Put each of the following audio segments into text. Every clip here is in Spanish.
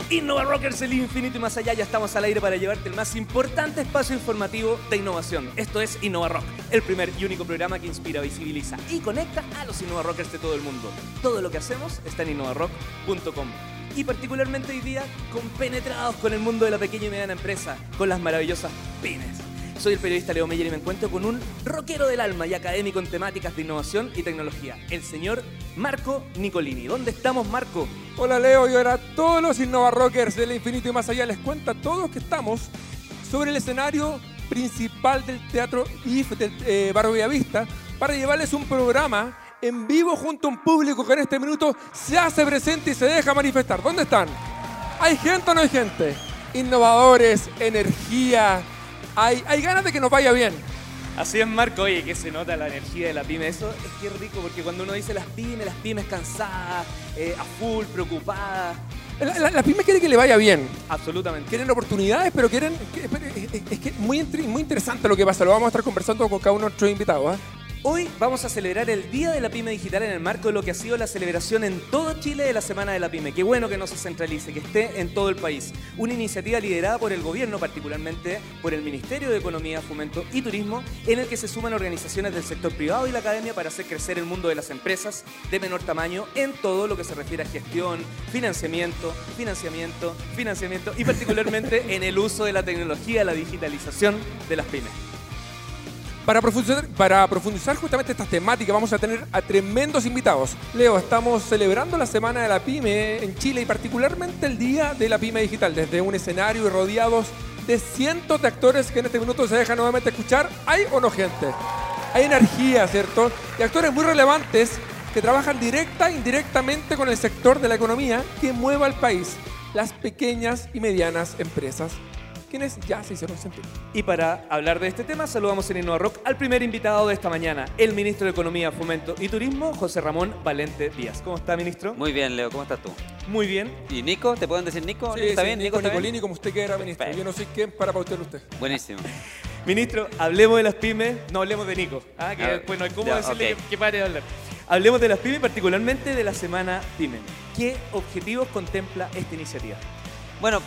Innova Rockers, el infinito y más allá, ya estamos al aire para llevarte el más importante espacio informativo de innovación. Esto es Innova Rock, el primer y único programa que inspira, visibiliza y conecta a los Innova Rockers de todo el mundo. Todo lo que hacemos está en innovarock.com. Y particularmente hoy día compenetrados con el mundo de la pequeña y mediana empresa, con las maravillosas pymes. Soy el periodista Leo Meyer y me encuentro con un rockero del alma y académico en temáticas de innovación y tecnología, el señor Marco Nicolini. ¿Dónde estamos, Marco? Hola, Leo, y ahora a todos los Innova Rockers del infinito y más allá les cuento a todos que estamos sobre el escenario principal del Teatro IF del Barrio Bellavista para llevarles un programa en vivo junto a un público que en este minuto se hace presente y se deja manifestar. ¿Dónde están? ¿Hay gente o no hay gente? Innovadores, energía. Hay ganas de que nos vaya bien. Así es, Marco. Oye, que se nota la energía de la pyme. Eso es que es rico porque cuando uno dice las pymes cansadas, a full, preocupadas. Las pymes quieren que le vaya bien. Absolutamente. Quieren oportunidades, pero quieren... Es que muy interesante lo que pasa. Lo vamos a estar conversando con cada uno de nuestros invitados, ¿eh? Hoy vamos a celebrar el Día de la Pyme Digital en el marco de lo que ha sido la celebración en todo Chile de la Semana de la Pyme. Qué bueno que no se centralice, que esté en todo el país. Una iniciativa liderada por el gobierno, particularmente por el Ministerio de Economía, Fomento y Turismo, en el que se suman organizaciones del sector privado y la academia para hacer crecer el mundo de las empresas de menor tamaño en todo lo que se refiere a gestión, financiamiento y particularmente en el uso de la tecnología, la digitalización de las pymes. Para profundizar justamente estas temáticas vamos a tener a tremendos invitados. Leo, estamos celebrando la Semana de la Pyme en Chile y particularmente el Día de la Pyme Digital, desde un escenario y rodeados de cientos de actores que en este minuto se dejan nuevamente escuchar. ¿Hay o no gente? Hay energía, ¿cierto? Y actores muy relevantes que trabajan directa e indirectamente con el sector de la economía que mueva al país, las pequeñas y medianas empresas, quienes ya se hicieron sentir. Y para hablar de este tema, saludamos en Innova Rock al primer invitado de esta mañana, el ministro de Economía, Fomento y Turismo, José Ramón Valente Díaz. ¿Cómo está, ministro? Muy bien, Leo, ¿cómo estás tú? Muy bien. ¿Y Nico? ¿Te pueden decir Nico? Sí, ¿Está sí, bien? Nico ¿Está Nicolini, bien? como usted quiera, ministro. Perfecto. Yo no soy quien para pautearle usted. Buenísimo. Ministro, hablemos de las pymes, no hablemos de Nico, que después no hay cómo decirle que pare de hablar. Hablemos de las pymes, particularmente de la Semana Pyme. ¿Qué objetivos contempla esta iniciativa? Bueno,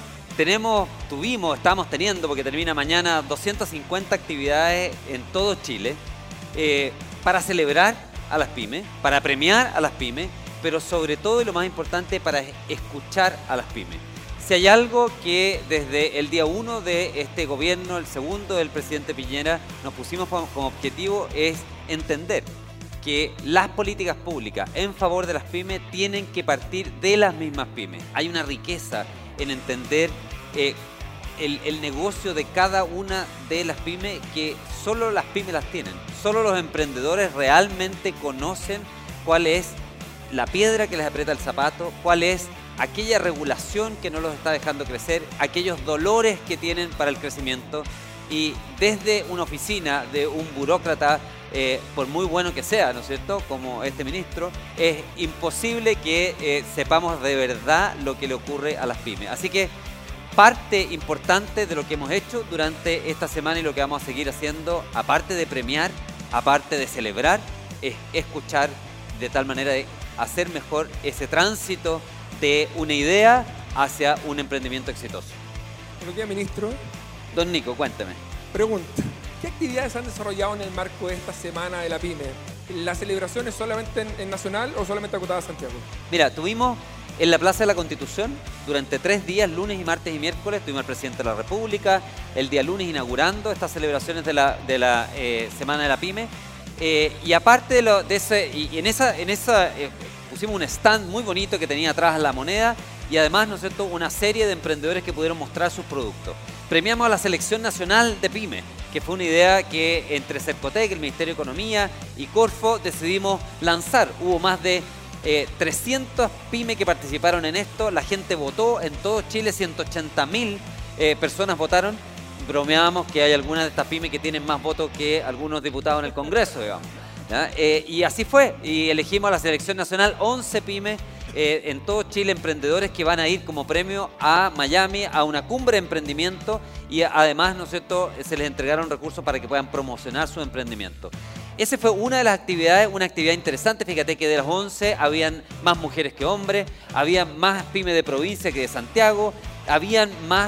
estamos teniendo, porque termina mañana, 250 actividades en todo Chile para celebrar a las pymes, para premiar a las pymes, pero sobre todo y lo más importante, para escuchar a las pymes. Si hay algo que desde el día 1 de este gobierno, el segundo del presidente Piñera, nos pusimos como objetivo es entender que las políticas públicas en favor de las pymes tienen que partir de las mismas pymes. Hay una riqueza en entender el negocio de cada una de las pymes que solo las pymes las tienen. Solo los emprendedores realmente conocen cuál es la piedra que les aprieta el zapato, cuál es aquella regulación que no los está dejando crecer, aquellos dolores que tienen para el crecimiento. Y desde una oficina de un burócrata, por muy bueno que sea, ¿no es cierto?, como este ministro, es imposible que sepamos de verdad lo que le ocurre a las pymes. Así que parte importante de lo que hemos hecho durante esta semana y lo que vamos a seguir haciendo, aparte de premiar, aparte de celebrar, es escuchar de tal manera de hacer mejor ese tránsito de una idea hacia un emprendimiento exitoso. Buenos días, ministro. Don Nico, cuéntame. Pregunta, ¿qué actividades han desarrollado en el marco de esta Semana de la Pyme? ¿La celebración es solamente en Nacional o solamente acotada a Santiago? Mira, tuvimos en la Plaza de la Constitución durante 3 días, lunes y martes y miércoles, tuvimos al presidente de la República, el día lunes inaugurando estas celebraciones de la Semana de la Pyme. Y aparte en esa pusimos un stand muy bonito que tenía atrás la moneda y además, ¿no es cierto?, una serie de emprendedores que pudieron mostrar sus productos. Premiamos a la Selección Nacional de Pyme, que fue una idea que entre Cercotec, el Ministerio de Economía y Corfo decidimos lanzar. Hubo más de 300 pymes que participaron en esto, la gente votó, en todo Chile 180.000 personas votaron. Bromeábamos que hay algunas de estas pymes que tienen más votos que algunos diputados en el Congreso, digamos. Y así fue, y elegimos a la Selección Nacional 11 pymes en todo Chile, emprendedores que van a ir como premio a Miami, a una cumbre de emprendimiento y además, ¿no es cierto?, se les entregaron recursos para que puedan promocionar su emprendimiento. esa fue una de las actividades, una actividad interesante. Fíjate que de las 11 habían más mujeres que hombres, había más pymes de provincia que de Santiago, habían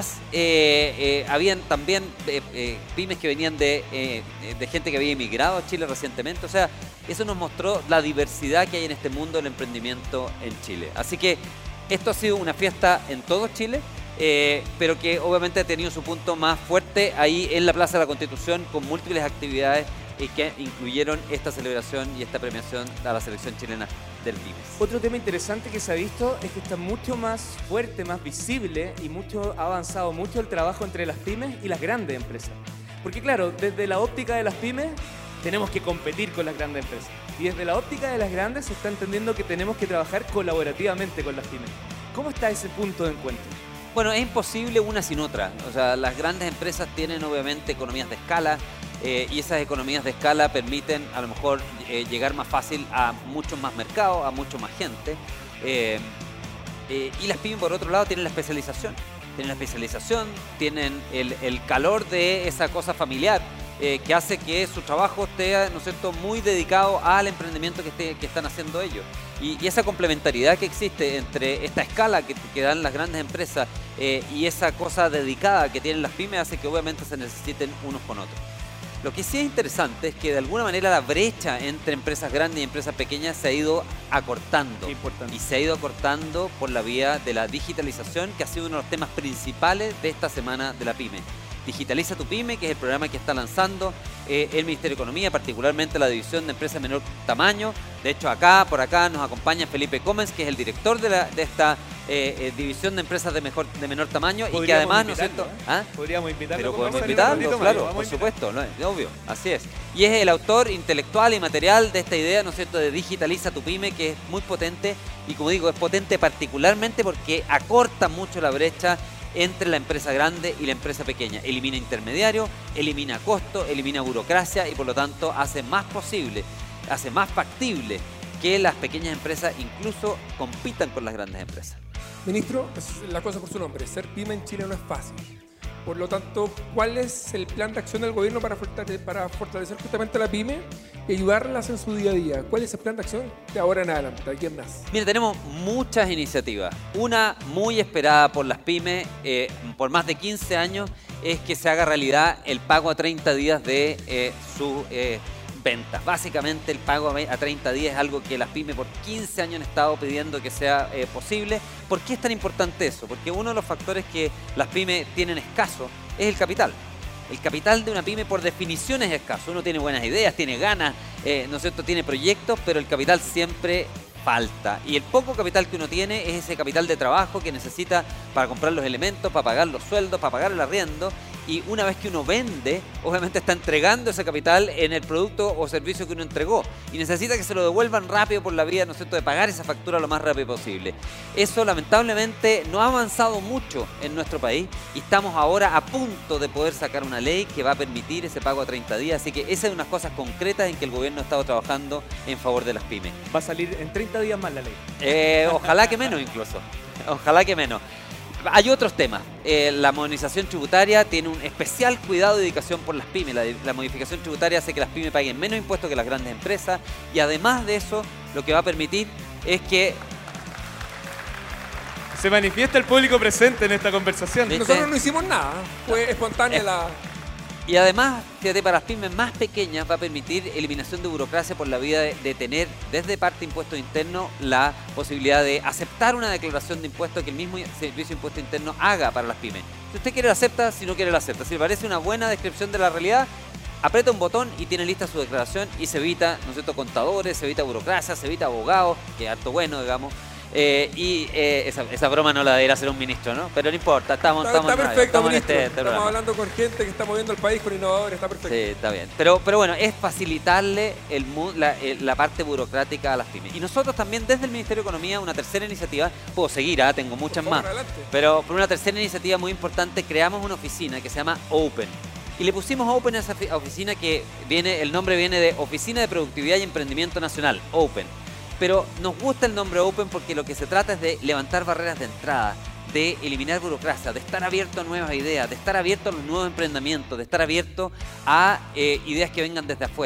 también pymes que venían de gente que había emigrado a Chile recientemente. O sea, eso nos mostró la diversidad que hay en este mundo del emprendimiento en Chile. Así que esto ha sido una fiesta en todo Chile, pero que obviamente ha tenido su punto más fuerte ahí en la Plaza de la Constitución, con múltiples actividades que incluyeron esta celebración y esta premiación a la selección chilena del Pymes. Otro tema interesante que se ha visto es que está mucho más fuerte, más visible y ha avanzado mucho el trabajo entre las pymes y las grandes empresas. Porque claro, desde la óptica de las pymes tenemos que competir con las grandes empresas. Y desde la óptica de las grandes se está entendiendo que tenemos que trabajar colaborativamente con las pymes. ¿Cómo está ese punto de encuentro? Bueno, es imposible una sin otra. O sea, las grandes empresas tienen obviamente economías de escala, y esas economías de escala permiten a lo mejor llegar más fácil a muchos más mercados, a mucho más gente. Y las pymes, por otro lado, tienen la especialización. Tienen el calor de esa cosa familiar, que hace que su trabajo esté, ¿no es cierto?, muy dedicado al emprendimiento que están haciendo ellos. Y esa complementariedad que existe entre esta escala que dan las grandes empresas y esa cosa dedicada que tienen las pymes hace que obviamente se necesiten unos con otros. Lo que sí es interesante es que de alguna manera la brecha entre empresas grandes y empresas pequeñas se ha ido acortando. Y se ha ido acortando por la vía de la digitalización, que ha sido uno de los temas principales de esta semana de la PYME. Digitaliza tu PYME, que es el programa que está lanzando el Ministerio de Economía, particularmente la división de empresas de menor tamaño. De hecho, por acá nos acompaña Felipe Gómez, que es el director de esta división de empresas de menor tamaño, y que además, ¿no es cierto? Podríamos invitarlo. Pero podemos invitarlo, claro, por supuesto, ¿no? Es obvio, así es. Y es el autor intelectual y material de esta idea, ¿no es cierto?, de Digitaliza tu PYME, que es muy potente, y como digo, es potente particularmente porque acorta mucho la brecha entre la empresa grande y la empresa pequeña. Elimina intermediarios, elimina costos, elimina burocracia y por lo tanto hace más posible, hace más factible que las pequeñas empresas incluso compitan con las grandes empresas. Ministro, es la cosa por su nombre, ser pyme en Chile no es fácil. Por lo tanto, ¿cuál es el plan de acción del gobierno para fortalecer justamente a la pyme y ayudarlas en su día a día? ¿Cuál es el plan de acción de ahora en adelante? ¿De aquí en más? Mira, tenemos muchas iniciativas. Una muy esperada por las pymes por más de 15 años es que se haga realidad el pago a 30 días de sus ventas. Básicamente el pago a 30 días es algo que las pymes por 15 años han estado pidiendo que sea posible. ¿Por qué es tan importante eso? Porque uno de los factores que las pymes tienen escaso es el capital. El capital de una pyme por definición es escaso. Uno tiene buenas ideas, tiene ganas, ¿no es cierto?, tiene proyectos, pero el capital siempre falta. Y el poco capital que uno tiene es ese capital de trabajo que necesita para comprar los elementos, para pagar los sueldos, para pagar el arriendo. Y una vez que uno vende, obviamente está entregando ese capital en el producto o servicio que uno entregó. Y necesita que se lo devuelvan rápido por la vía, ¿no es cierto?, de pagar esa factura lo más rápido posible. Eso lamentablemente no ha avanzado mucho en nuestro país y estamos ahora a punto de poder sacar una ley que va a permitir ese pago a 30 días. Así que esa es una de unas cosas concretas en que el gobierno ha estado trabajando en favor de las pymes. Va a salir en 30 días más la ley. Ojalá que menos incluso. Ojalá que menos. Hay otros temas. La modernización tributaria tiene un especial cuidado y dedicación por las pymes. La modificación tributaria hace que las pymes paguen menos impuestos que las grandes empresas y además de eso, lo que va a permitir es que se manifiesta el público presente en esta conversación. ¿Viste? Nosotros no hicimos nada, fue espontánea la... Y además, fíjate, para las pymes más pequeñas va a permitir eliminación de burocracia por la vía de tener desde parte impuesto interno la posibilidad de aceptar una declaración de impuestos que el mismo Servicio de Impuesto Interno haga para las pymes. Si usted quiere la acepta, si no quiere la acepta. Si le parece una buena descripción de la realidad, aprieta un botón y tiene lista su declaración y se evita, ¿no es cierto?, contadores, se evita burocracia, se evita abogados, que es harto bueno, digamos. Esa broma no la debería hacer un ministro, ¿no? Pero no importa, estamos perfecto, estamos ministro. en este Estamos programa. hablando con gente que está moviendo el país, con innovadores, está perfecto. Sí, está bien. Pero bueno, es facilitarle la parte burocrática a las pymes. Y nosotros también desde el Ministerio de Economía, una tercera iniciativa, puedo seguir, tengo muchas Por favor, más. adelante. Pero por una tercera iniciativa muy importante, creamos una oficina que se llama Open. Y le pusimos Open a esa oficina el nombre viene de Oficina de Productividad y Emprendimiento Nacional, Open. Pero nos gusta el nombre Open porque lo que se trata es de levantar barreras de entrada, de eliminar burocracia, de estar abierto a nuevas ideas, de estar abierto a los nuevos emprendimientos, de estar abierto a ideas que vengan desde afuera.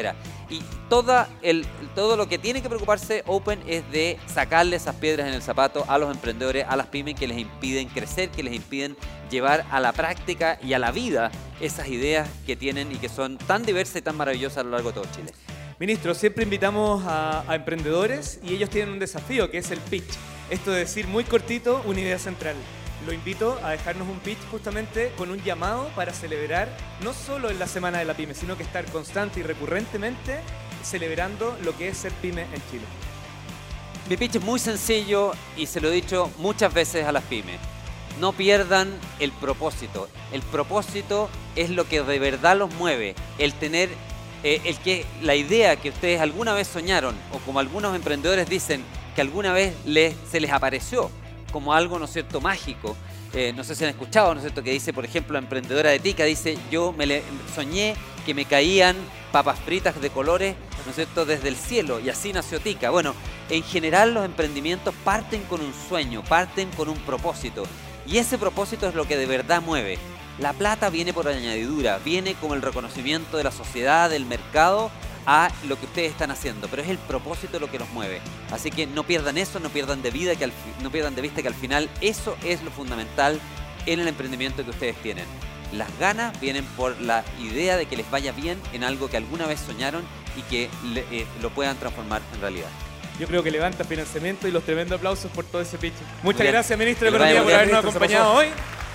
Y todo lo que tiene que preocuparse Open es de sacarle esas piedras en el zapato a los emprendedores, a las pymes que les impiden crecer, que les impiden llevar a la práctica y a la vida esas ideas que tienen y que son tan diversas y tan maravillosas a lo largo de todo Chile. Ministro, siempre invitamos a emprendedores y ellos tienen un desafío que es el pitch. Esto de decir muy cortito una idea central. Lo invito a dejarnos un pitch justamente con un llamado para celebrar no solo en la Semana de la Pyme, sino que estar constante y recurrentemente celebrando lo que es ser pyme en Chile. Mi pitch es muy sencillo y se lo he dicho muchas veces a las pymes. No pierdan el propósito. El propósito es lo que de verdad los mueve. El tener, la idea que ustedes alguna vez soñaron, o como algunos emprendedores dicen, que alguna vez se les apareció como algo, ¿no es cierto?, mágico. No sé si han escuchado, ¿no es cierto?, que dice, por ejemplo, la emprendedora de Tica, dice, yo soñé que me caían papas fritas de colores, ¿no es cierto?, desde el cielo, y así nació Tica. Bueno, en general los emprendimientos parten con un sueño, parten con un propósito, y ese propósito es lo que de verdad mueve. La plata viene por añadidura, viene como el reconocimiento de la sociedad, del mercado, a lo que ustedes están haciendo, pero es el propósito lo que los mueve. Así que no pierdan eso, no pierdan de vista que al final eso es lo fundamental en el emprendimiento que ustedes tienen. Las ganas vienen por la idea de que les vaya bien en algo que alguna vez soñaron y que lo puedan transformar en realidad. Yo creo que levanta financiamiento y los tremendos aplausos por todo ese pitch. Muchas Bien. Gracias, Ministro de Que Economía, vaya por bien, habernos ministro, acompañado hoy.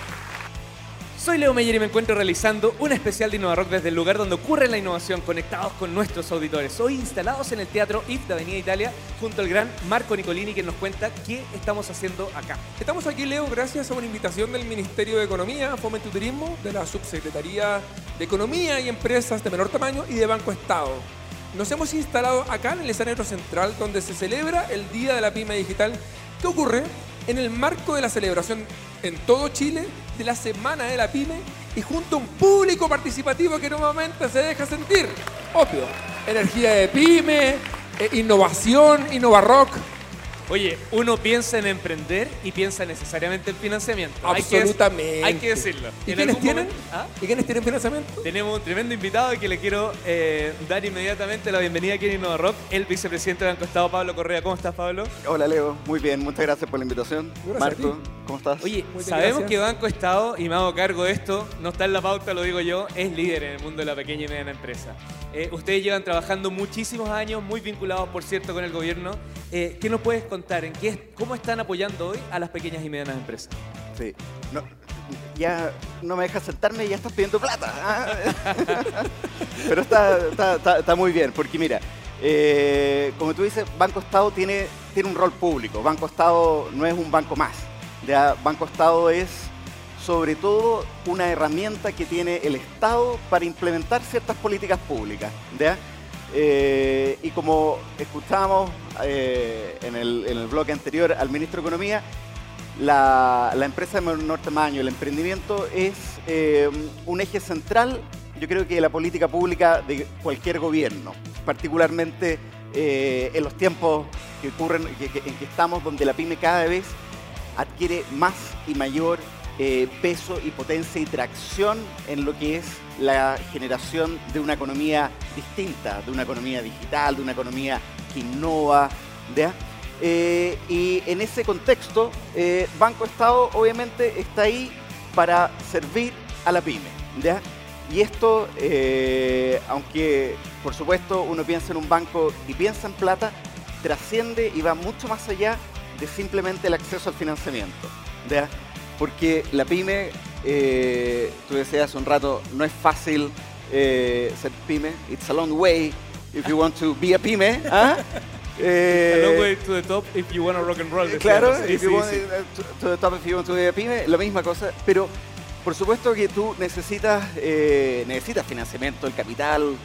Soy Leo Meyer y me encuentro realizando un especial de InnovaRock desde el lugar donde ocurre la innovación, conectados con nuestros auditores. Hoy instalados en el Teatro IF de Avenida Italia, junto al gran Marco Nicolini, que nos cuenta qué estamos haciendo acá. Estamos aquí, Leo, gracias a una invitación del Ministerio de Economía, Fomento y Turismo, de la Subsecretaría de Economía y Empresas de Menor Tamaño y de Banco Estado. Nos hemos instalado acá en el escenario central, donde se celebra el Día de la Pyme Digital, que ocurre en el marco de la celebración en todo Chile de la Semana de la Pyme y junto a un público participativo que nuevamente se deja sentir. Obvio, energía de pyme, innovación, InnovaRock. Oye, uno piensa en emprender y piensa necesariamente en financiamiento. Absolutamente. Hay que decirlo. ¿Y En quiénes algún tienen? momento- ¿Ah? ¿Y quiénes tienen financiamiento? Tenemos un tremendo invitado y que le quiero dar inmediatamente la bienvenida aquí en InnovaRock, el vicepresidente de Banco Estado, Pablo Correa. ¿Cómo estás, Pablo? Hola Leo, muy bien, muchas gracias por la invitación. Gracias Marco, a ti. ¿cómo estás? Oye, Muchas sabemos gracias. que Banco Estado, y me hago cargo de esto, no está en la pauta, lo digo yo, es líder en el mundo de la pequeña y mediana empresa. Ustedes llevan trabajando muchísimos años, muy vinculados, por cierto, con el gobierno. ¿Qué nos puedes contar? ¿Cómo están apoyando hoy a las pequeñas y medianas empresas? Sí, ya no me dejas sentarme y ya estás pidiendo plata. ¿Ah? Pero está muy bien, porque mira, como tú dices, Banco Estado tiene un rol público. Banco Estado no es un banco más. ¿Ya? Banco Estado es sobre todo una herramienta que tiene el Estado para implementar ciertas políticas públicas. ¿Ya? Y como escuchábamos en el bloque anterior al ministro de Economía, la empresa de menor tamaño, el emprendimiento es un eje central, yo creo que de la política pública de cualquier gobierno, particularmente en los tiempos que ocurren, en que estamos, donde la pyme cada vez adquiere más y mayor peso y potencia y tracción en lo que es la generación de una economía distinta, de una economía digital, de una economía que innova, ¿ya? Y en ese contexto, Banco Estado obviamente está ahí para servir a la pyme, ¿ya? Y esto, aunque por supuesto uno piensa en un banco y piensa en plata, trasciende y va mucho más allá de simplemente el acceso al financiamiento, ¿ya? Porque la pyme, tú decías hace un rato, no es fácil ser pyme. It's a long way if you want to be a pyme. ¿Ah? A long way to the top if you want to rock and roll. Claro, Sí, if you sí, want sí. to the top if you want to be a pyme, la misma cosa. Pero por supuesto que tú necesitas financiamiento, el capital,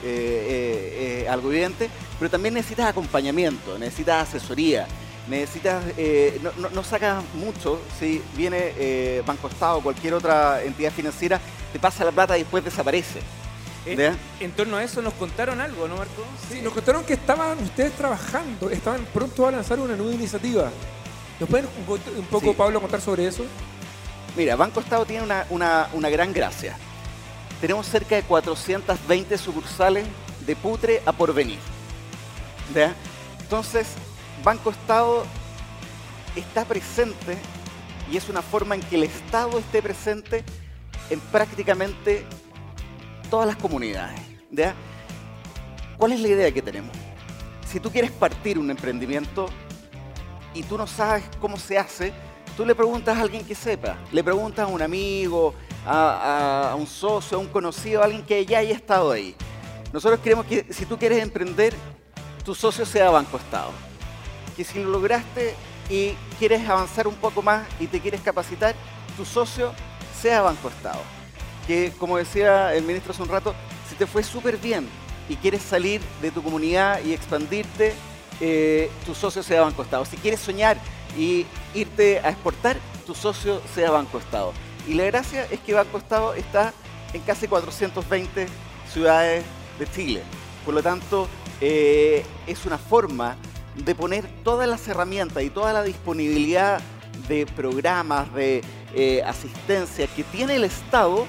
algo evidente, pero también necesitas acompañamiento, necesitas asesoría. Necesitas, no sacas mucho si viene Banco Estado o cualquier otra entidad financiera, te pasa la plata y después desaparece. ¿Ya? En torno a eso nos contaron algo, ¿no, Marco? Sí, nos contaron que estaban ustedes trabajando, estaban pronto a lanzar una nueva iniciativa. ¿Nos pueden un poco, Sí. Pablo, contar sobre eso? Mira, Banco Estado tiene una gran gracia. Tenemos cerca de 420 sucursales de putre a porvenir. ¿Ya? Entonces, Banco Estado está presente y es una forma en que el Estado esté presente en prácticamente todas las comunidades. ¿Ya? ¿Cuál es la idea que tenemos? Si tú quieres partir un emprendimiento y tú no sabes cómo se hace, tú le preguntas a alguien que sepa, le preguntas a un amigo, a un socio, a un conocido, a alguien que ya haya estado ahí. Nosotros queremos que si tú quieres emprender, tu socio sea Banco Estado. Que si lo lograste y quieres avanzar un poco más y te quieres capacitar, tu socio sea Banco Estado. Que como decía el ministro hace un rato, si te fue súper bien y quieres salir de tu comunidad y expandirte, tu socio sea Banco Estado. Si quieres soñar y irte a exportar, tu socio sea Banco Estado. Y la gracia es que Banco Estado está en casi 420 ciudades de Chile. Por lo tanto, es una forma de poner todas las herramientas y toda la disponibilidad de programas, de asistencia que tiene el Estado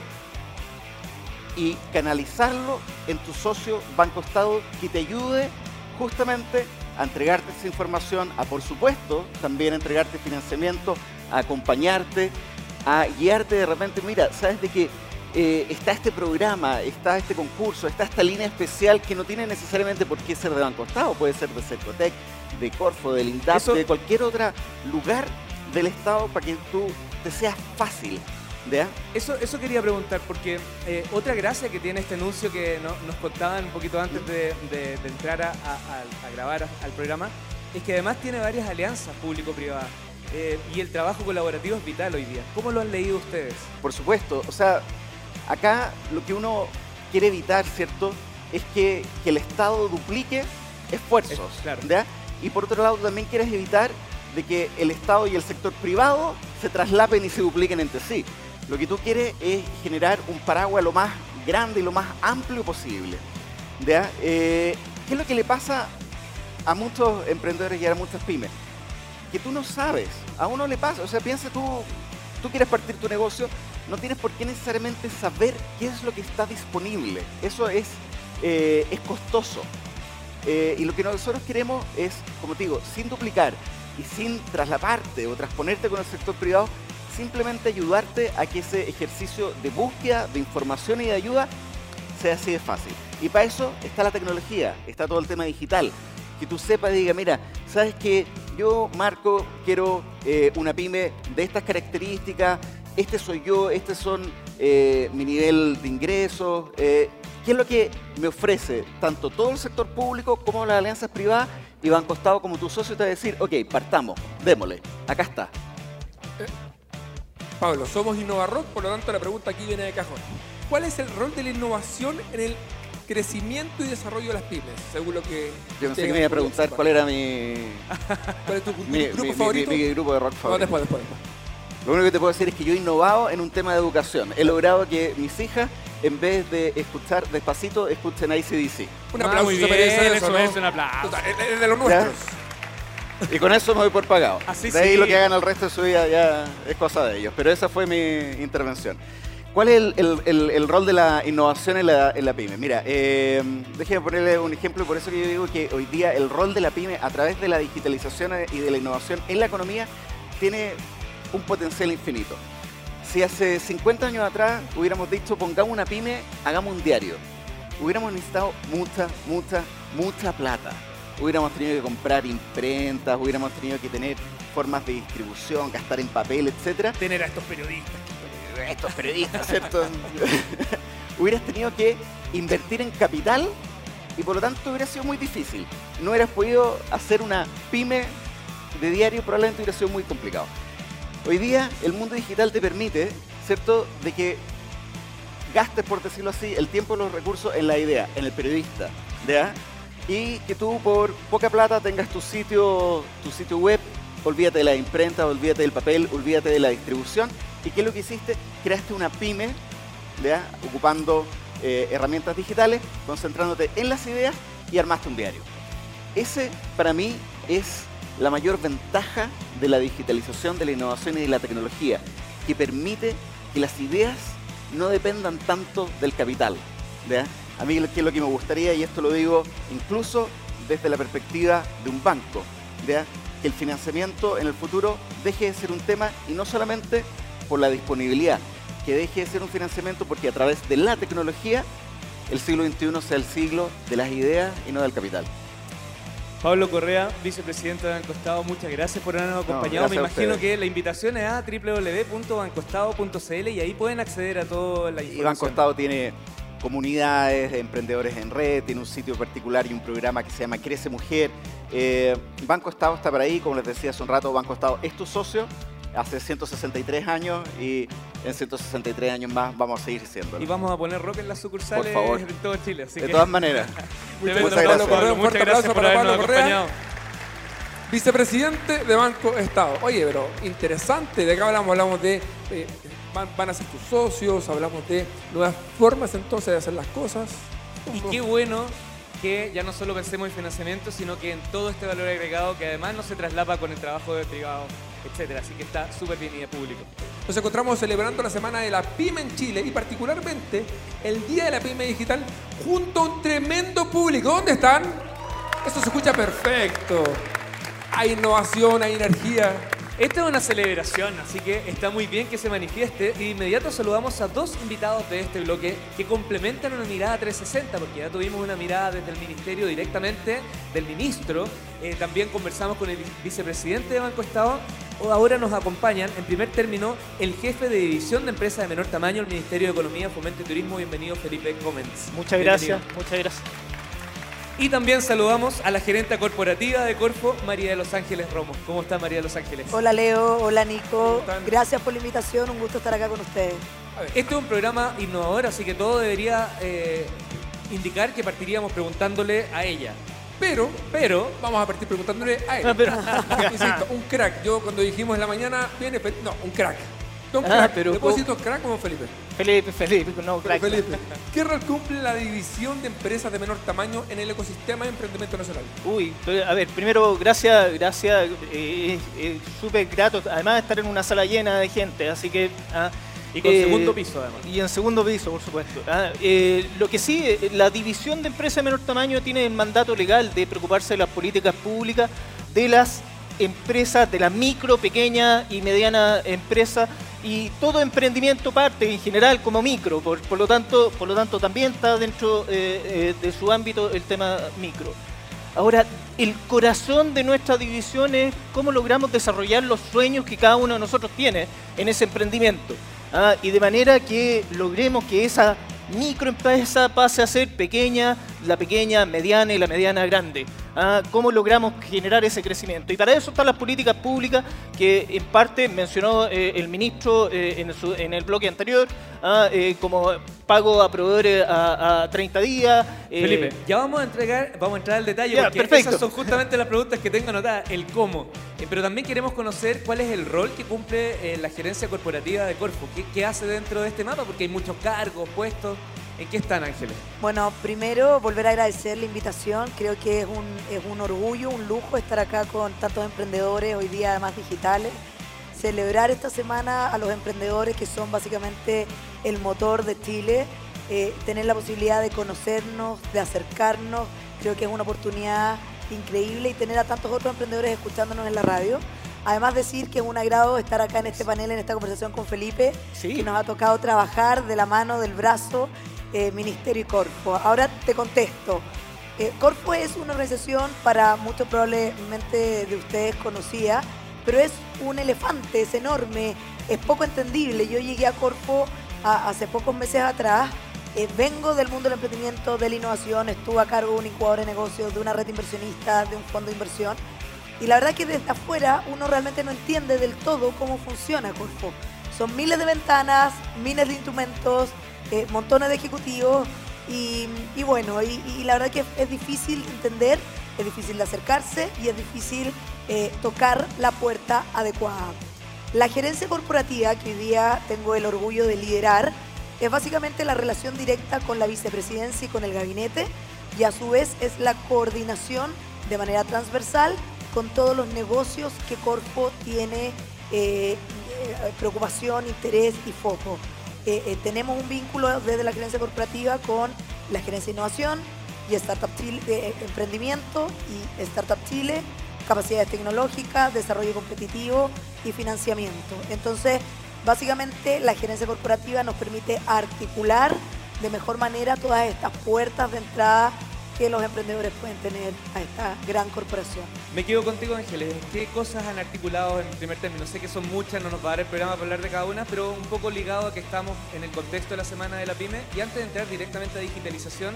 y canalizarlo en tu socio Banco Estado que te ayude justamente a entregarte esa información, a por supuesto también entregarte financiamiento, a acompañarte, a guiarte de repente. Mira, sabes de que está este programa, está este concurso, está esta línea especial que no tiene necesariamente por qué ser de Banco Estado, puede ser de Cercotec, de Corfo, del INDAP, de cualquier otro lugar del Estado para que tú te seas fácil. ¿Ya? Eso quería preguntar, porque otra gracia que tiene este anuncio que nos contaban un poquito antes de entrar a grabar al programa, es que además tiene varias alianzas público-privadas y el trabajo colaborativo es vital hoy día. ¿Cómo lo han leído ustedes? Por supuesto, o sea, acá lo que uno quiere evitar, ¿cierto?, es que el Estado duplique esfuerzos, claro. ¿ya? Y por otro lado también quieres evitar de que el Estado y el sector privado se traslapen y se dupliquen entre sí. Lo que tú quieres es generar un paraguas lo más grande y lo más amplio posible. ¿Ya? ¿Qué es lo que le pasa a muchos emprendedores y a muchas pymes? Que tú no sabes, a uno le pasa, o sea, piensa tú quieres partir tu negocio, no tienes por qué necesariamente saber qué es lo que está disponible. Eso es costoso. Y lo que nosotros queremos es, como te digo, sin duplicar y sin traslaparte o transponerte con el sector privado, simplemente ayudarte a que ese ejercicio de búsqueda, de información y de ayuda sea así de fácil. Y para eso está la tecnología, está todo el tema digital. Que tú sepas y diga, mira, ¿sabes qué? Yo, Marco, quiero una pyme de estas características, este soy yo, este son mi nivel de ingresos. ¿Qué es lo que me ofrece tanto todo el sector público como las alianzas privadas? Y Banco Estado como tu socio te va a decir, ok, partamos, démosle, acá está. Pablo, somos InnovaRock, por lo tanto la pregunta aquí viene de cajón. ¿Cuál es el rol de la innovación en el crecimiento y desarrollo de las pymes? Según lo que... Yo pensé que me iba a preguntar cuál era ¿Cuál es tu grupo favorito? Mi grupo de rock favorito. No, después. Lo único que te puedo decir es que yo he innovado en un tema de educación. He logrado que mis hijas, en vez de escuchar Despacito, escuchen AC/DC. Un aplauso, muy bien, eso es un aplauso. Es de los nuestros. Y con eso me voy por pagado. Así de ahí sí. lo que hagan el resto de su vida ya es cosa de ellos. Pero esa fue mi intervención. ¿Cuál es el rol de la innovación en la pyme? Mira, déjeme ponerle un ejemplo, por eso que yo digo que hoy día el rol de la pyme a través de la digitalización y de la innovación en la economía tiene un potencial infinito. Si hace 50 años atrás hubiéramos dicho pongamos una pyme, hagamos un diario, hubiéramos necesitado mucha plata. Hubiéramos tenido que comprar imprentas, hubiéramos tenido que tener formas de distribución, gastar en papel, etc. Tener a estos periodistas. Estos periodistas, ¿cierto? Hubieras tenido que invertir en capital y por lo tanto hubiera sido muy difícil. No hubieras podido hacer una pyme de diario, probablemente hubiera sido muy complicado. Hoy día el mundo digital te permite, ¿cierto?, de que gastes, por decirlo así, el tiempo y los recursos en la idea, en el periodista, ¿ya? Y que tú por poca plata tengas tu sitio web, olvídate de la imprenta, olvídate del papel, olvídate de la distribución. ¿Y qué es lo que hiciste? Creaste una pyme, ¿ya?, ocupando herramientas digitales, concentrándote en las ideas y armaste un diario. Ese, para mí, es la mayor ventaja de la digitalización, de la innovación y de la tecnología, que permite que las ideas no dependan tanto del capital, ¿ya? A mí qué es lo que me gustaría, y esto lo digo incluso desde la perspectiva de un banco, ¿ya? Que el financiamiento en el futuro deje de ser un tema, y no solamente por la disponibilidad, que deje de ser un financiamiento porque a través de la tecnología el siglo XXI sea el siglo de las ideas y no del capital. Pablo Correa, vicepresidente de Bancostado, muchas gracias por habernos acompañado. Me imagino que la invitación es a www.bancostado.cl y ahí pueden acceder a toda la información. Y Bancostado tiene comunidades de emprendedores en red, tiene un sitio particular y un programa que se llama Crece Mujer. Bancostado está por ahí, como les decía hace un rato, Bancostado es tu socio hace 163 años y en 163 años más vamos a seguir siendo. Y vamos a poner rock en las sucursales por favor, en todo Chile. Así de todas maneras. Muchas gracias, Pablo. Muchas gracias por habernos acompañado. Vicepresidente de Banco Estado. Oye, pero interesante, ¿de qué hablamos? Hablamos de, van a ser tus socios, hablamos de nuevas formas entonces de hacer las cosas. Y qué bueno que ya no solo pensemos en financiamiento, sino que en todo este valor agregado que además no se traslapa con el trabajo de privado, etcétera. Así que está súper bien y de público. Nos encontramos celebrando la Semana de la PYME en Chile y particularmente el Día de la PYME Digital junto a un tremendo público. ¿Dónde están? Esto se escucha perfecto. Hay innovación, hay energía. Esta es una celebración, así que está muy bien que se manifieste. Y de inmediato saludamos a dos invitados de este bloque que complementan una mirada 360, porque ya tuvimos una mirada desde el ministerio directamente del ministro. También conversamos con el vicepresidente de Banco Estado. Ahora nos acompañan, en primer término, el jefe de división de empresas de menor tamaño del Ministerio de Economía, Fomento y Turismo. Bienvenido, Felipe Gómez. Muchas gracias, muchas gracias. Y también saludamos a la gerenta corporativa de Corfo, María de los Ángeles Romo. ¿Cómo está María de los Ángeles? Hola Leo, hola Nico. Gracias por la invitación, un gusto estar acá con ustedes. Este es un programa innovador, así que todo debería indicar que partiríamos preguntándole a ella. Pero vamos a partir preguntándole a él. Insisto, un crack. Yo cuando dijimos en la mañana, un crack. Don Crack. ¿Le puedo decir Don Crack como Felipe? Felipe, no, Crack. Felipe. ¿Qué rol cumple la división de empresas de menor tamaño en el ecosistema de emprendimiento nacional? Uy, a ver, primero, gracias, súper grato, además de estar en una sala llena de gente, así que... Y con segundo piso, además. Y en segundo piso, por supuesto. Lo que sí, la división de empresas de menor tamaño tiene el mandato legal de preocuparse de las políticas públicas de las empresas, de la micro, pequeña y mediana empresa, y todo emprendimiento parte en general como micro, por lo tanto también está dentro de su ámbito el tema micro. Ahora, el corazón de nuestra división es cómo logramos desarrollar los sueños que cada uno de nosotros tiene en ese emprendimiento. Y de manera que logremos que esa microempresa pase a ser pequeña, la pequeña, mediana y la mediana grande. ¿Cómo logramos generar ese crecimiento? Y para eso están las políticas públicas que en parte mencionó el ministro en el bloque anterior, como pago a proveedores a 30 días. Felipe, ya vamos a entrar al detalle, porque perfecto. Esas son justamente las preguntas que tengo anotadas, el cómo. Pero también queremos conocer cuál es el rol que cumple la gerencia corporativa de Corfo. ¿Qué hace dentro de este mapa? Porque hay muchos cargos, puestos. ¿En qué están, Ángeles? Bueno, primero volver a agradecer la invitación. Creo que es un orgullo, un lujo estar acá con tantos emprendedores, hoy día además digitales. Celebrar esta semana a los emprendedores que son básicamente el motor de Chile. Tener la posibilidad de conocernos, de acercarnos, creo que es una oportunidad increíble, y tener a tantos otros emprendedores escuchándonos en la radio. Además decir que es un agrado estar acá en este panel, en esta conversación con Felipe, que nos ha tocado trabajar de la mano, del brazo, Ministerio y Corfo. Ahora te contesto. Corfo es una organización para muchos probablemente de ustedes conocida, pero es un elefante, es enorme, es poco entendible. Yo llegué a Corfo hace pocos meses atrás. Vengo del mundo del emprendimiento, de la innovación, estuve a cargo de un incubador de negocios, de una red inversionista, de un fondo de inversión. Y la verdad que desde afuera uno realmente no entiende del todo cómo funciona Corfo. Son miles de ventanas, miles de instrumentos, montones de ejecutivos y bueno, y la verdad que es difícil entender, es difícil de acercarse y es difícil tocar la puerta adecuada. La gerencia corporativa que hoy día tengo el orgullo de liderar es básicamente la relación directa con la vicepresidencia y con el gabinete, y a su vez es la coordinación de manera transversal con todos los negocios que Corfo tiene preocupación, interés y foco. Tenemos un vínculo desde la gerencia corporativa con la Gerencia de Innovación y Startup Chile, Emprendimiento y Startup Chile, capacidades tecnológicas, desarrollo competitivo y financiamiento. Entonces, básicamente la gerencia corporativa nos permite articular de mejor manera todas estas puertas de entrada que los emprendedores pueden tener a esta gran corporación. Me quedo contigo, Ángeles. ¿Qué cosas han articulado en primer término? Sé que son muchas, no nos va a dar el programa para hablar de cada una, pero un poco ligado a que estamos en el contexto de la Semana de la Pyme. Y antes de entrar directamente a digitalización,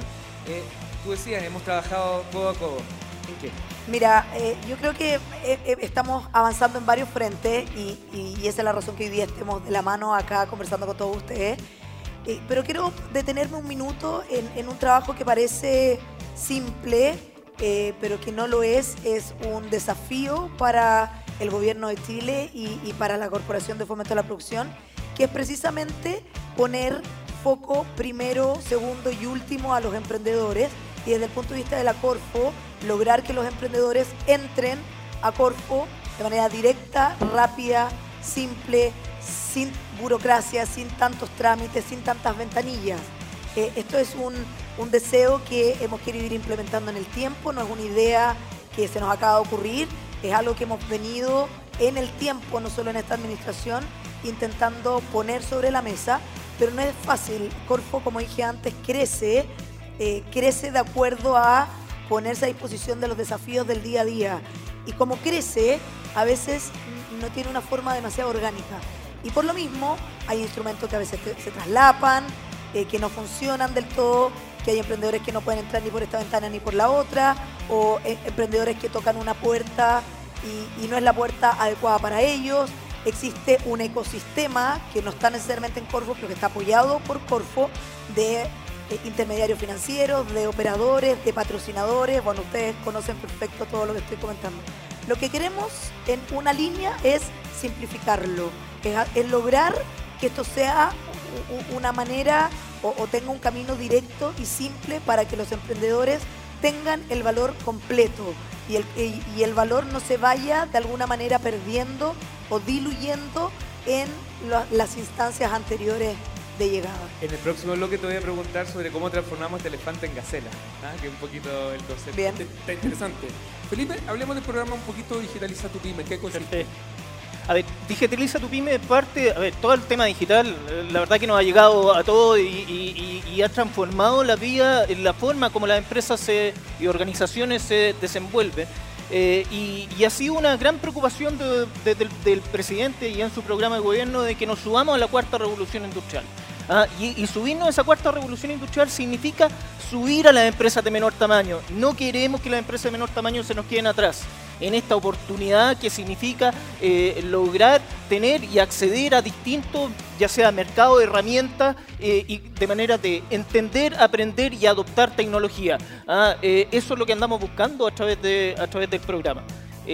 tú decías, hemos trabajado codo a codo. ¿En qué? Mira, yo creo que estamos avanzando en varios frentes y esa es la razón que hoy día estemos de la mano acá conversando con todos ustedes. Pero quiero detenerme un minuto en un trabajo que parece simple, pero que no lo es un desafío para el gobierno de Chile y para la Corporación de Fomento de la Producción, que es precisamente poner foco primero, segundo y último a los emprendedores y desde el punto de vista de la Corfo, lograr que los emprendedores entren a Corfo de manera directa, rápida, simple, sin burocracia, sin tantos trámites, sin tantas ventanillas. Esto es un deseo que hemos querido ir implementando en el tiempo, no es una idea que se nos acaba de ocurrir, es algo que hemos venido en el tiempo, no solo en esta administración, intentando poner sobre la mesa, pero no es fácil. Corfo, como dije antes, crece de acuerdo a ponerse a disposición de los desafíos del día a día. Y como crece, a veces no tiene una forma demasiado orgánica. Y por lo mismo, hay instrumentos que a veces se traslapan, que no funcionan del todo, que hay emprendedores que no pueden entrar ni por esta ventana ni por la otra, o emprendedores que tocan una puerta y no es la puerta adecuada para ellos. Existe un ecosistema que no está necesariamente en Corfo, pero que está apoyado por Corfo, de intermediarios financieros, de operadores, de patrocinadores. Bueno, ustedes conocen perfecto todo lo que estoy comentando. Lo que queremos en una línea es simplificarlo, es lograr que esto sea una manera o tenga un camino directo y simple para que los emprendedores tengan el valor completo y el valor no se vaya de alguna manera perdiendo o diluyendo en las instancias anteriores de llegada. En el próximo bloque te voy a preguntar sobre cómo transformamos este elefante en gacela, que es un poquito el concepto. Bien. Está interesante. Felipe, hablemos del programa un poquito Digitaliza tu Pyme. ¿Qué consiste? A ver, Digitaliza tu Pyme parte, todo el tema digital, la verdad que nos ha llegado a todo y ha transformado la vida, la forma como las empresas y organizaciones se desenvuelven. Y ha sido una gran preocupación del presidente y en su programa de gobierno de que nos subamos a la cuarta revolución industrial. Y subirnos a esa cuarta revolución industrial significa subir a las empresas de menor tamaño. No queremos que las empresas de menor tamaño se nos queden atrás en esta oportunidad que significa lograr tener y acceder a distintos, ya sea mercado de herramientas y de manera de entender, aprender y adoptar tecnología. Eso es lo que andamos buscando a través del programa.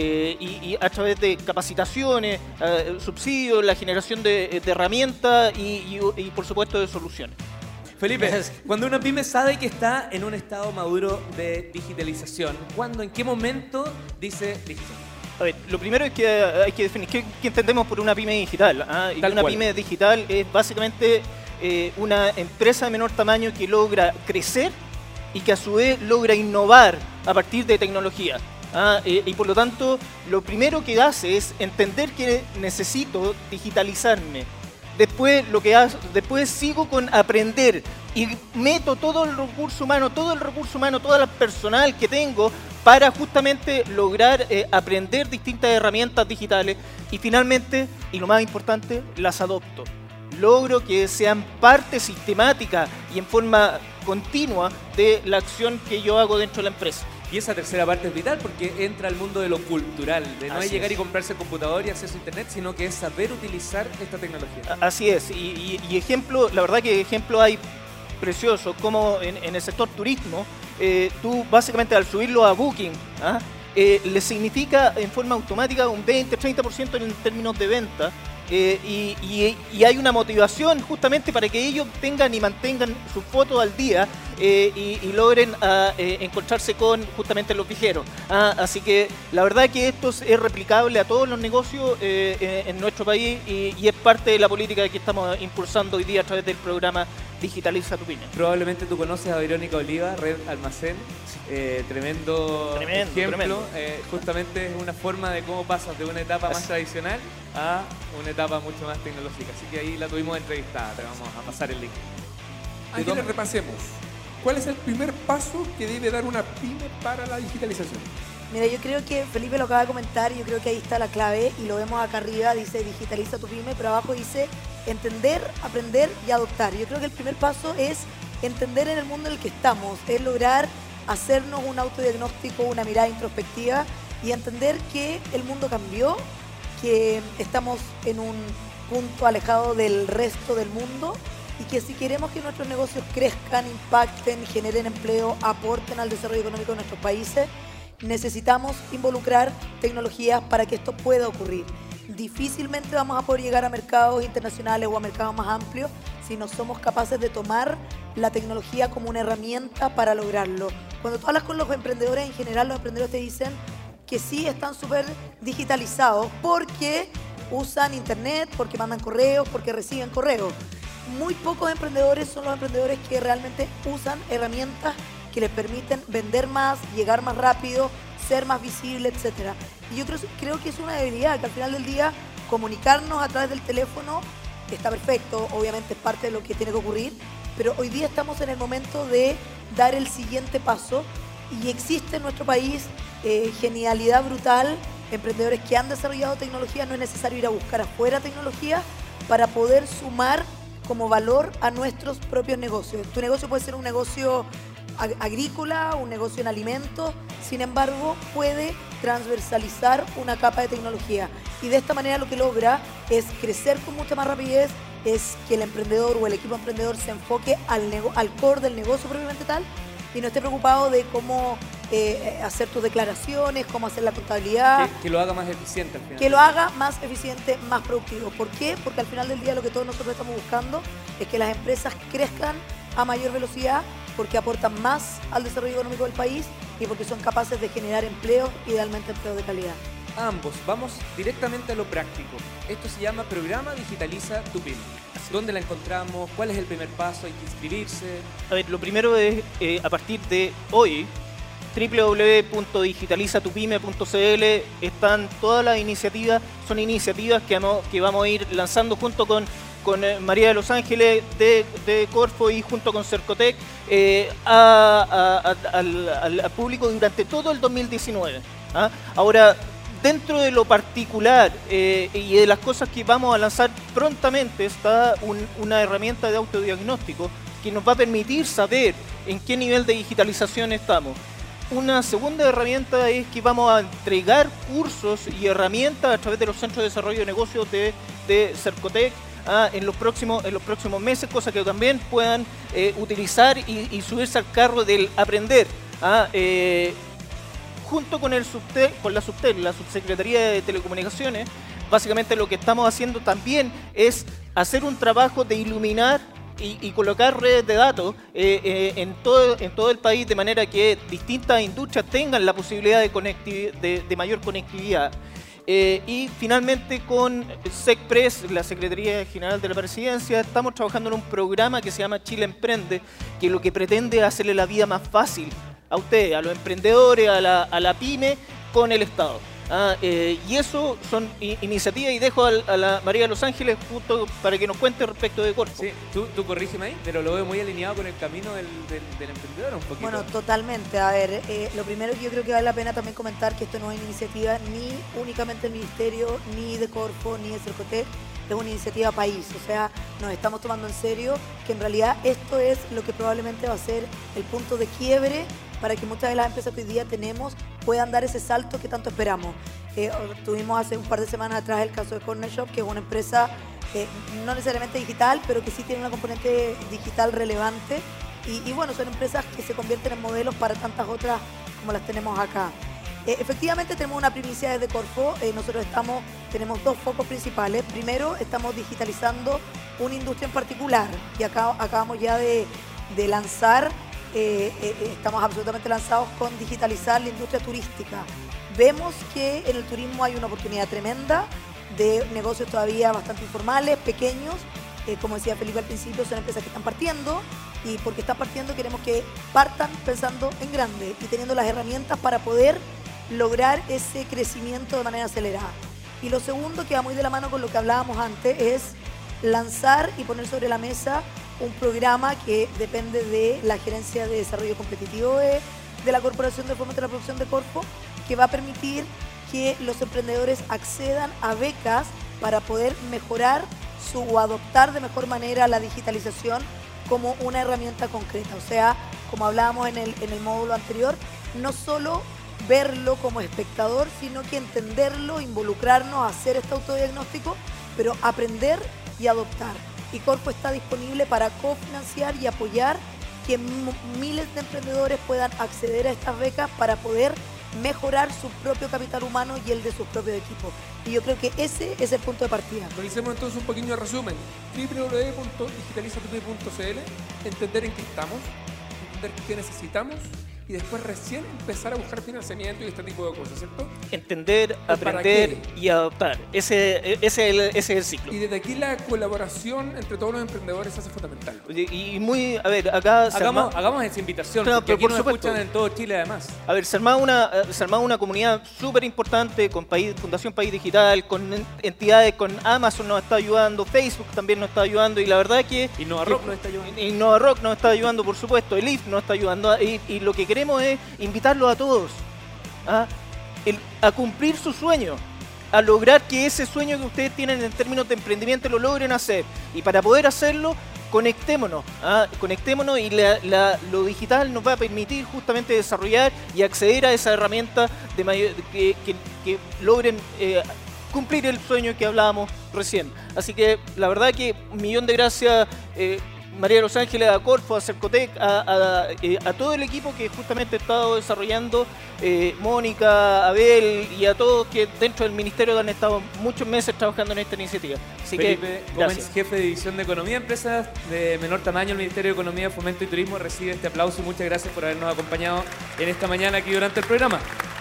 Y a través de capacitaciones, subsidios, la generación de herramientas y por supuesto de soluciones. Felipe, cuando una pyme sabe que está en un estado maduro de digitalización, ¿cuándo, en qué momento dice listo? A ver, lo primero es que hay que definir qué entendemos por una pyme digital. Y una pyme digital es básicamente una empresa de menor tamaño que logra crecer y que a su vez logra innovar a partir de tecnología. Y por lo tanto, lo primero que hace es entender que necesito digitalizarme. Después sigo con aprender y meto todo el recurso humano, toda la personal que tengo para justamente lograr aprender distintas herramientas digitales y finalmente, y lo más importante, las adopto. Logro que sean parte sistemática y en forma continua de la acción que yo hago dentro de la empresa. Y esa tercera parte es vital porque entra al mundo de lo cultural, de no es llegar y comprarse el computador y acceso a internet, sino que es saber utilizar esta tecnología. Así es, y ejemplo, la verdad que ejemplos hay preciosos, como en el sector turismo, tú básicamente al subirlo a Booking, le significa en forma automática un 20-30% en términos de venta. Y hay una motivación justamente para que ellos tengan y mantengan sus fotos al día y logren encontrarse con justamente los viajeros. Así que la verdad que esto es replicable a todos los negocios en nuestro país y es parte de la política que estamos impulsando hoy día a través del programa Digitaliza tu pyme. Probablemente tú conoces a Verónica Oliva, Red Almacén, tremendo ejemplo. Tremendo. Justamente es una forma de cómo pasas de una etapa más tradicional a una etapa mucho más tecnológica. Así que ahí la tuvimos entrevistada, te vamos a pasar el link. Ángeles, repasemos. ¿Cuál es el primer paso que debe dar una pyme para la digitalización? Mira, yo creo que Felipe lo acaba de comentar y yo creo que ahí está la clave y lo vemos acá arriba, dice digitaliza tu pyme, pero abajo dice entender, aprender y adoptar. Yo creo que el primer paso es entender en el mundo en el que estamos, es lograr hacernos un autodiagnóstico, una mirada introspectiva y entender que el mundo cambió, que estamos en un punto alejado del resto del mundo y que si queremos que nuestros negocios crezcan, impacten, generen empleo, aporten al desarrollo económico de nuestros países, necesitamos involucrar tecnologías para que esto pueda ocurrir. Difícilmente vamos a poder llegar a mercados internacionales o a mercados más amplios si no somos capaces de tomar la tecnología como una herramienta para lograrlo. Cuando tú hablas con los emprendedores en general, los emprendedores te dicen que sí están súper digitalizados porque usan internet, porque mandan correos, porque reciben correos. Muy pocos emprendedores son los emprendedores que realmente usan herramientas que les permiten vender más, llegar más rápido, ser más visible, etc. Y yo creo que es una debilidad, que al final del día comunicarnos a través del teléfono está perfecto, obviamente es parte de lo que tiene que ocurrir, pero hoy día estamos en el momento de dar el siguiente paso y existe en nuestro país genialidad brutal, emprendedores que han desarrollado tecnología, no es necesario ir a buscar afuera tecnología para poder sumar como valor a nuestros propios negocios. Tu negocio puede ser un negocio agrícola, un negocio en alimentos, sin embargo puede transversalizar una capa de tecnología y de esta manera lo que logra es crecer con mucha más rapidez, es que el emprendedor o el equipo emprendedor se enfoque al core del negocio propiamente tal y no esté preocupado de cómo hacer tus declaraciones, cómo hacer la contabilidad. Que lo haga más eficiente al final. Que lo haga más eficiente, más productivo. ¿Por qué? Porque al final del día lo que todos nosotros estamos buscando es que las empresas crezcan a mayor velocidad porque aportan más al desarrollo económico del país y porque son capaces de generar empleo, idealmente empleo de calidad. Ambos, vamos directamente a lo práctico. Esto se llama Programa Digitaliza tu Pyme. ¿Dónde la encontramos? ¿Cuál es el primer paso? ¿Hay que inscribirse? A ver, lo primero es, a partir de hoy, www.digitalizatupyme.cl están todas las iniciativas, son iniciativas que vamos a ir lanzando junto con María de Los Ángeles de Corfo y junto con Cercotec al público durante todo el 2019. ¿Ah? Ahora, dentro de lo particular y de las cosas que vamos a lanzar prontamente está una herramienta de autodiagnóstico que nos va a permitir saber en qué nivel de digitalización estamos. Una segunda herramienta es que vamos a entregar cursos y herramientas a través de los centros de desarrollo de negocios de Cercotec en los próximos meses, cosa que también puedan utilizar y subirse al carro del aprender. Junto con la Subtel, la Subsecretaría de Telecomunicaciones, básicamente lo que estamos haciendo también es hacer un trabajo de iluminar y colocar redes de datos en todo el país de manera que distintas industrias tengan la posibilidad de mayor conectividad. Y finalmente con SECPRES, la Secretaría General de la Presidencia, estamos trabajando en un programa que se llama Chile Emprende, que lo que pretende es hacerle la vida más fácil a ustedes, a los emprendedores, a la pyme, con el Estado. Y eso son iniciativas y dejo a la María de Los Ángeles justo para que nos cuente respecto de Corfo. Sí, tú corrígeme ahí, pero lo veo muy alineado con el camino del emprendedor un poquito. Bueno, totalmente. A ver, lo primero que yo creo que vale la pena también comentar que esto no es iniciativa ni únicamente del Ministerio, ni de Corfo, ni de Cercotec, es una iniciativa país. O sea, nos estamos tomando en serio que en realidad esto es lo que probablemente va a ser el punto de quiebre para que muchas de las empresas que hoy día tenemos puedan dar ese salto que tanto esperamos. Tuvimos hace un par de semanas atrás el caso de Corner Shop, que es una empresa no necesariamente digital, pero que sí tiene una componente digital relevante. Y bueno, son empresas que se convierten en modelos para tantas otras como las tenemos acá. Efectivamente tenemos una primicia desde Corfo. Nosotros tenemos dos focos principales. Primero, estamos digitalizando una industria en particular y acabamos ya de lanzar. Estamos absolutamente lanzados con digitalizar la industria turística. Vemos que en el turismo hay una oportunidad tremenda de negocios todavía bastante informales, pequeños, como decía Felipe al principio, son empresas que están partiendo y porque están partiendo queremos que partan pensando en grande y teniendo las herramientas para poder lograr ese crecimiento de manera acelerada. Y lo segundo, que va muy de la mano con lo que hablábamos antes, es lanzar y poner sobre la mesa un programa que depende de la Gerencia de Desarrollo Competitivo de la Corporación de Fomento de la Producción de Corfo, que va a permitir que los emprendedores accedan a becas para poder mejorar o adoptar de mejor manera la digitalización como una herramienta concreta. O sea, como hablábamos en el módulo anterior, no solo verlo como espectador, sino que entenderlo, involucrarnos, hacer este autodiagnóstico, pero aprender y adoptar. Y Corfo está disponible para cofinanciar y apoyar que miles de emprendedores puedan acceder a estas becas para poder mejorar su propio capital humano y el de sus propios equipos. Y yo creo que ese es el punto de partida. Realicemos entonces un pequeño resumen. www.digitalizatup.cl, entender en qué estamos, entender qué necesitamos y después recién empezar a buscar financiamiento y este tipo de cosas, ¿cierto? Entender, aprender y adoptar. Ese es el ciclo. Y desde aquí la colaboración entre todos los emprendedores se hace fundamental. Y muy, a ver, acá... Hagamos esa invitación, claro, porque aquí por nos supuesto. escuchan en todo Chile además. A ver, se armaba una comunidad súper importante con Fundación País Digital, con entidades, con Amazon nos está ayudando, Facebook también nos está ayudando y la verdad que... InnovaRock nos está ayudando. InnovaRock nos está ayudando, por supuesto, el IF nos está ayudando y lo que queremos es invitarlos a todos a cumplir su sueño, a lograr que ese sueño que ustedes tienen en términos de emprendimiento lo logren hacer. Y para poder hacerlo, conectémonos y lo digital nos va a permitir justamente desarrollar y acceder a esa herramienta que logren cumplir el sueño que hablábamos recién. Así que la verdad que un millón de gracias María de Los Ángeles, a Corfo, a Cercotec, a todo el equipo que justamente ha estado desarrollando, Mónica, Abel y a todos que dentro del ministerio han estado muchos meses trabajando en esta iniciativa. Así Felipe que, Gómez, gracias. jefe de División de Economía, Empresas de menor tamaño, el Ministerio de Economía, Fomento y Turismo, recibe este aplauso y muchas gracias por habernos acompañado en esta mañana aquí durante el programa.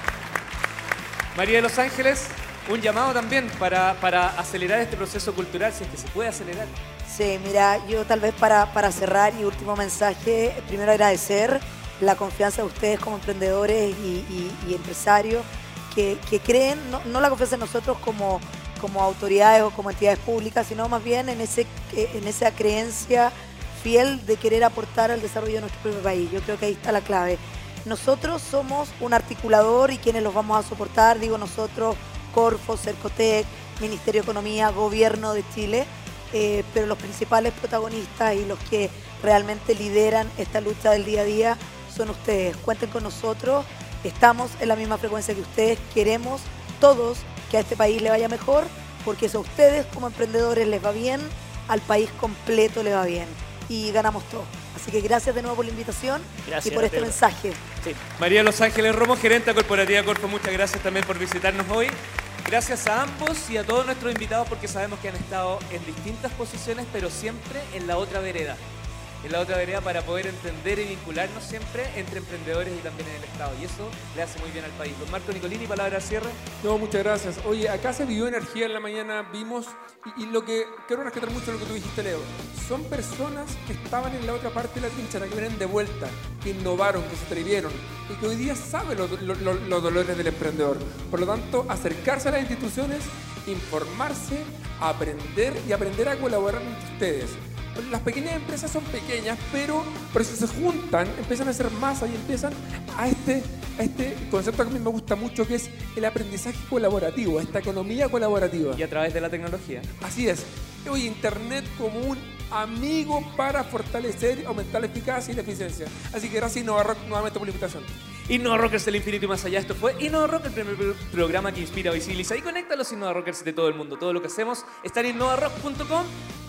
María de Los Ángeles, un llamado también para acelerar este proceso cultural, si es que se puede acelerar. Sí, mira, yo tal vez para cerrar y último mensaje, primero agradecer la confianza de ustedes como emprendedores y empresarios que creen, no la confianza en nosotros como autoridades o como entidades públicas, sino más bien en esa creencia fiel de querer aportar al desarrollo de nuestro propio país. Yo creo que ahí está la clave. Nosotros somos un articulador y quienes los vamos a soportar, digo nosotros, Corfo, Cercotec, Ministerio de Economía, Gobierno de Chile, pero los principales protagonistas y los que realmente lideran esta lucha del día a día son ustedes. Cuenten con nosotros, estamos en la misma frecuencia que ustedes, queremos todos que a este país le vaya mejor, porque eso a ustedes como emprendedores les va bien, al país completo le va bien y ganamos todos. Así que gracias de nuevo por la invitación y por este mensaje. Sí. María de Los Ángeles Romo, gerente corporativa Corfo, muchas gracias también por visitarnos hoy. Gracias a ambos y a todos nuestros invitados porque sabemos que han estado en distintas posiciones, pero siempre en la otra vereda. En la otra vereda para poder entender y vincularnos siempre entre emprendedores y también en el Estado. Y eso le hace muy bien al país. Don Marco Nicolini, palabra al cierre. No, muchas gracias. Oye, acá se vivió energía en la mañana, vimos, y lo que quiero rescatar mucho lo que tú dijiste, Leo. Son personas que estaban en la otra parte de la trinchera, que vienen de vuelta, que innovaron, que se atrevieron y que hoy día saben los dolores del emprendedor. Por lo tanto, acercarse a las instituciones, informarse, aprender a colaborar entre ustedes. Las pequeñas empresas son pequeñas, pero si se juntan, empiezan a ser masas y empiezan a este concepto que a mí me gusta mucho, que es el aprendizaje colaborativo, esta economía colaborativa. Y a través de la tecnología. Así es. Hoy Internet como un amigo para fortalecer y aumentar la eficacia y la eficiencia. Así que gracias InnovaRock nuevamente por la invitación. InnovaRockers del infinito y más allá. Esto fue InnovaRock, el primer programa que inspira, visibiliza y conecta a los InnovaRockers de todo el mundo. Todo lo que hacemos está en innovarock.com.